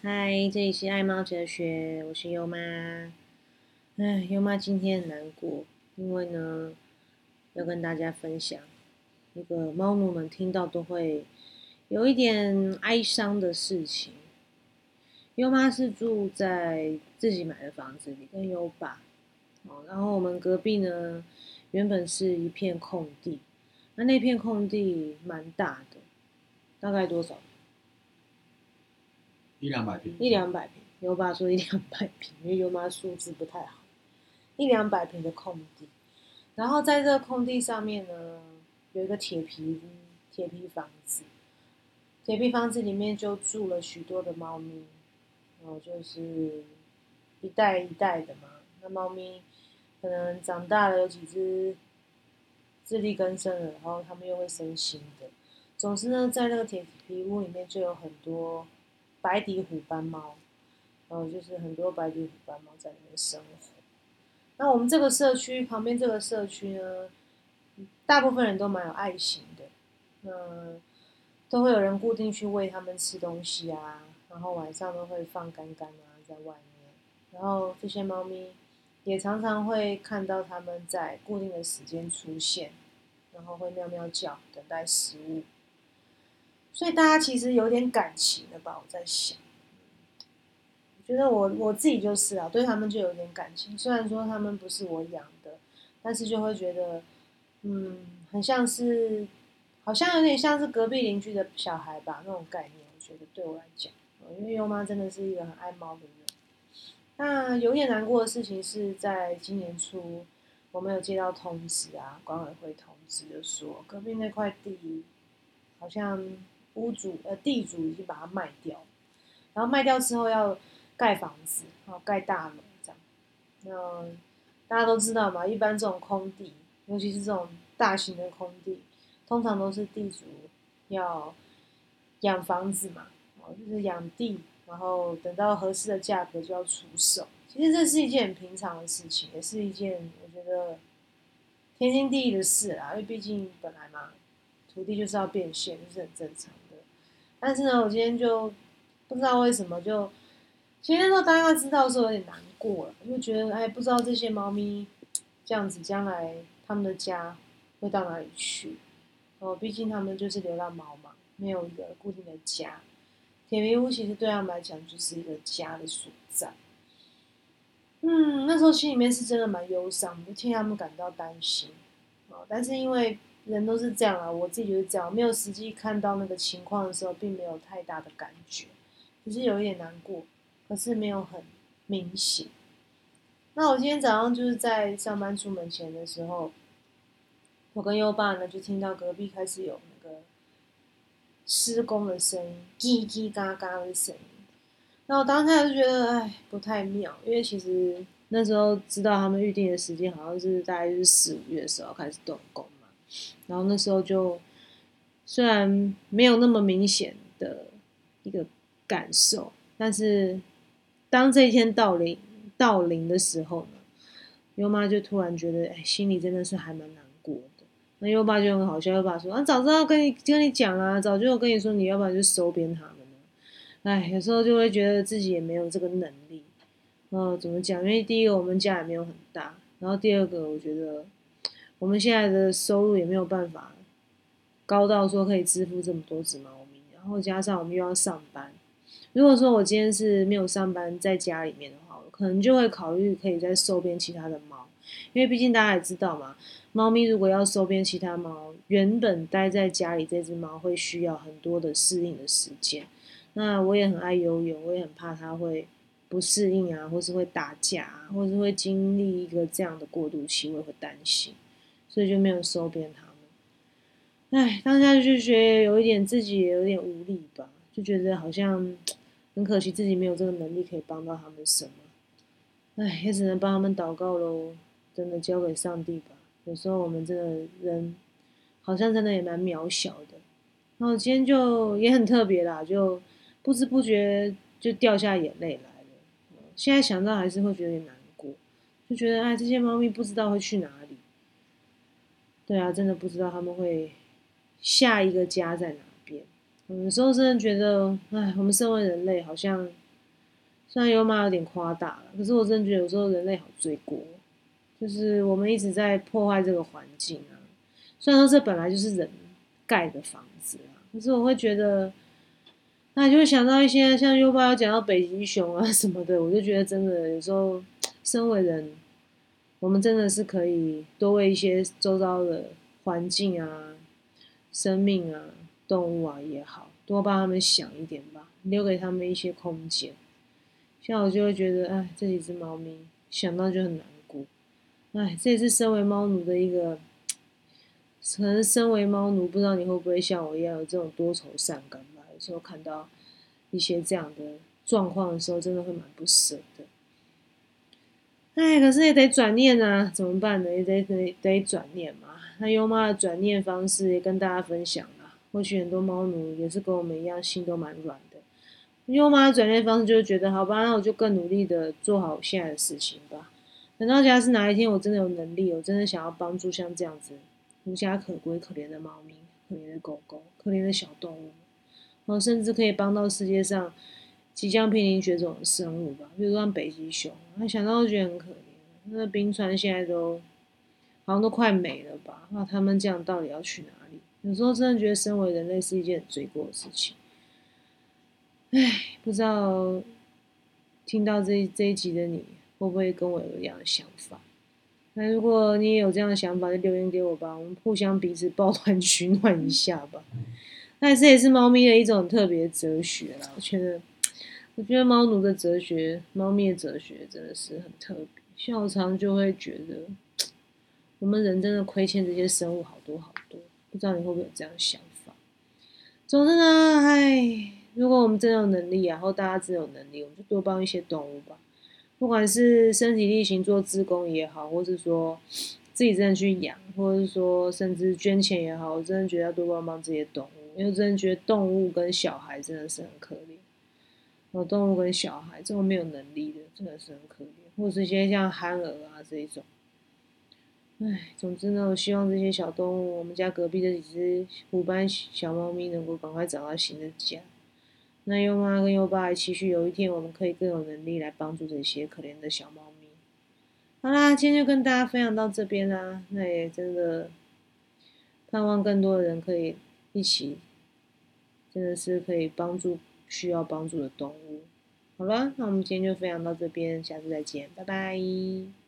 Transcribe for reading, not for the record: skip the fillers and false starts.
嗨，这里是爱猫哲学，我是优妈。优妈今天很难过，因为呢，要跟大家分享一个猫奴们听到都会有一点哀伤的事情。优妈是住在自己买的房子里，跟优爸。然后我们隔壁呢，原本是一片空地，那片空地蛮大的，大概多少？ 一两百平， 一两百平。优爸说一两百平，因为优妈数字不太好。一两百平的空地，然后在这个空地上面呢，有一个铁皮房子，铁皮房子里面就住了许多的猫咪，然后就是一代一代的嘛。那猫咪可能长大了，有几只自力更生了，然后它们又会生新的。总之呢，在那个铁皮屋里面就有很多白底虎斑猫，然后就是很多白底虎斑猫在里面生活。那我们这个社区旁边这个社区呢，大部分人都蛮有爱心的，都会有人固定去喂它们吃东西啊，然后晚上都会放干干啊在外面，然后这些猫咪也常常会看到它们在固定的时间出现，然后会喵喵叫等待食物，所以大家其实有点感情的吧，我在想。我觉得我自己就是啊，对他们就有点感情。虽然说他们不是我养的，但是就会觉得，很像是，好像有点像是隔壁邻居的小孩吧，那种概念。我觉得对我来讲，因为优妈真的是一个很爱猫的人。那有点难过的事情是在今年初，我们有接到通知啊，管委会通知就说隔壁那块地好像地主已经把它卖掉，然后卖掉之后要盖房子，然后盖大楼这样。那大家都知道嘛，一般这种空地，尤其是这种大型的空地，通常都是地主要养房子嘛，就是养地，然后等到合适的价格就要出售。其实这是一件很平常的事情，也是一件我觉得天经地义的事啦，因为毕竟本来嘛，土地就是要变现，这是很正常的。但是呢，我今天就不知道为什么就，其实那时候大家知道的时候有点难过了，就觉得不知道这些猫咪这样子将来它们的家会到哪里去？毕竟它们就是流浪猫嘛，没有一个固定的家。铁皮屋其实对他们来讲就是一个家的所在。那时候心里面是真的蛮忧伤的，替他们感到担心。但是因为人都是这样啊，我自己就是这样，没有实际看到那个情况的时候，并没有太大的感觉，只是有一点难过，可是没有很明显。那我今天早上就是在上班出门前的时候，我跟优爸呢就听到隔壁开始有那个施工的声音，叽叽嘎嘎的声音。那我当下就觉得，不太妙，因为其实那时候知道他们预定的时间好像是大概就是4、5月的时候开始动工嘛，然后那时候就虽然没有那么明显的一个感受，但是当这一天到临的时候呢，优妈就突然觉得，心里真的是还蛮难过的。那优爸就很好笑，优爸说：“啊，早知道跟你讲啊，早就跟你说，你要不然就收编他们了。”有时候就会觉得自己也没有这个能力。怎么讲？因为第一个我们家也没有很大，然后第二个我觉得我们现在的收入也没有办法高到说可以支付这么多只猫咪，然后加上我们又要上班。如果说我今天是没有上班在家里面的话，我可能就会考虑可以再收编其他的猫，因为毕竟大家也知道嘛，猫咪如果要收编其他猫，原本待在家里这只猫会需要很多的适应的时间。那我也很爱游泳，我也很怕它会不适应啊，或是会打架啊，或是会经历一个这样的过渡期，我也会担心，所以就没有收编它们。当下就觉得有一点自己也有点无力吧，就觉得好像很可惜自己没有这个能力可以帮到他们什么。也只能帮他们祷告喽，真的交给上帝吧。有时候我们这个人好像真的也蛮渺小的。然后今天就也很特别啦，就不知不觉就掉下眼泪来了。现在想到还是会觉得有点难过，就觉得这些猫咪不知道会去哪里。对啊，真的不知道他们会下一个家在哪边。有时候真的觉得，我们身为人类好像虽然优妈有点夸大了，可是我真的觉得有时候人类好罪过，就是我们一直在破坏这个环境啊。虽然说这本来就是人盖的房子啊，可是我会觉得，那就会想到一些像优爸有讲到北极熊啊什么的，我就觉得真的有时候，身为人，我们真的是可以多为一些周遭的环境啊、生命啊、动物啊也好，多帮他们想一点吧，留给他们一些空间。像我就会觉得，哎，这几只猫咪想到就很难过。哎，这也是身为猫奴的一个，可能身为猫奴，不知道你会不会像我一样有这种多愁善感吧？有时候看到一些这样的状况的时候，真的会蛮不舍的。哎，可是也得转念啊，怎么办呢？也得转念嘛。那优妈的转念方式也跟大家分享啦。或许很多猫奴也是跟我们一样，心都蛮软的。优妈的转念方式就是觉得，好吧，那我就更努力的做好现在的事情吧。等到假使哪一天我真的有能力，我真的想要帮助像这样子无家可归、可怜的猫咪、可怜的狗狗、可怜的小动物，然后甚至可以帮到世界上即将濒临绝种的生物吧，比如说像北极熊，那想到都觉得很可怜。那冰川现在都好像都快没了吧？那他们这样到底要去哪里？有时候真的觉得身为人类是一件很罪过的事情。唉，不知道听到这一集的你会不会跟我有一样的想法？那如果你也有这样的想法，就留言给我吧，我们互相彼此抱团取暖一下吧。那这也是猫咪的一种很特别的哲学啦。我觉得猫奴的哲学，猫咪的哲学真的是很特别。像我常就会觉得，我们人真的亏欠这些生物好多好多。不知道你会不会有这样的想法？总之呢，唉，如果我们真的有能力啊，然后大家真的有能力，我们就多帮一些动物吧。不管是身体力行做志工也好，或是说自己真的去养，或者是说甚至捐钱也好，我真的觉得要多帮帮这些动物，因为我真的觉得动物跟小孩真的是很可怜。动物跟小孩这种没有能力的，真的是很可怜，或者是一些像憨儿啊这一种。唉，总之呢，我希望这些小动物，我们家隔壁的几只虎斑小猫咪能够赶快找到新的家。那优妈跟优爸也期许有一天我们可以更有能力来帮助这些可怜的小猫咪。好啦，今天就跟大家分享到这边啦。那也真的盼望更多的人可以一起，真的是可以帮助需要帮助的动物。好了，那我们今天就分享到这边，下次再见，拜拜。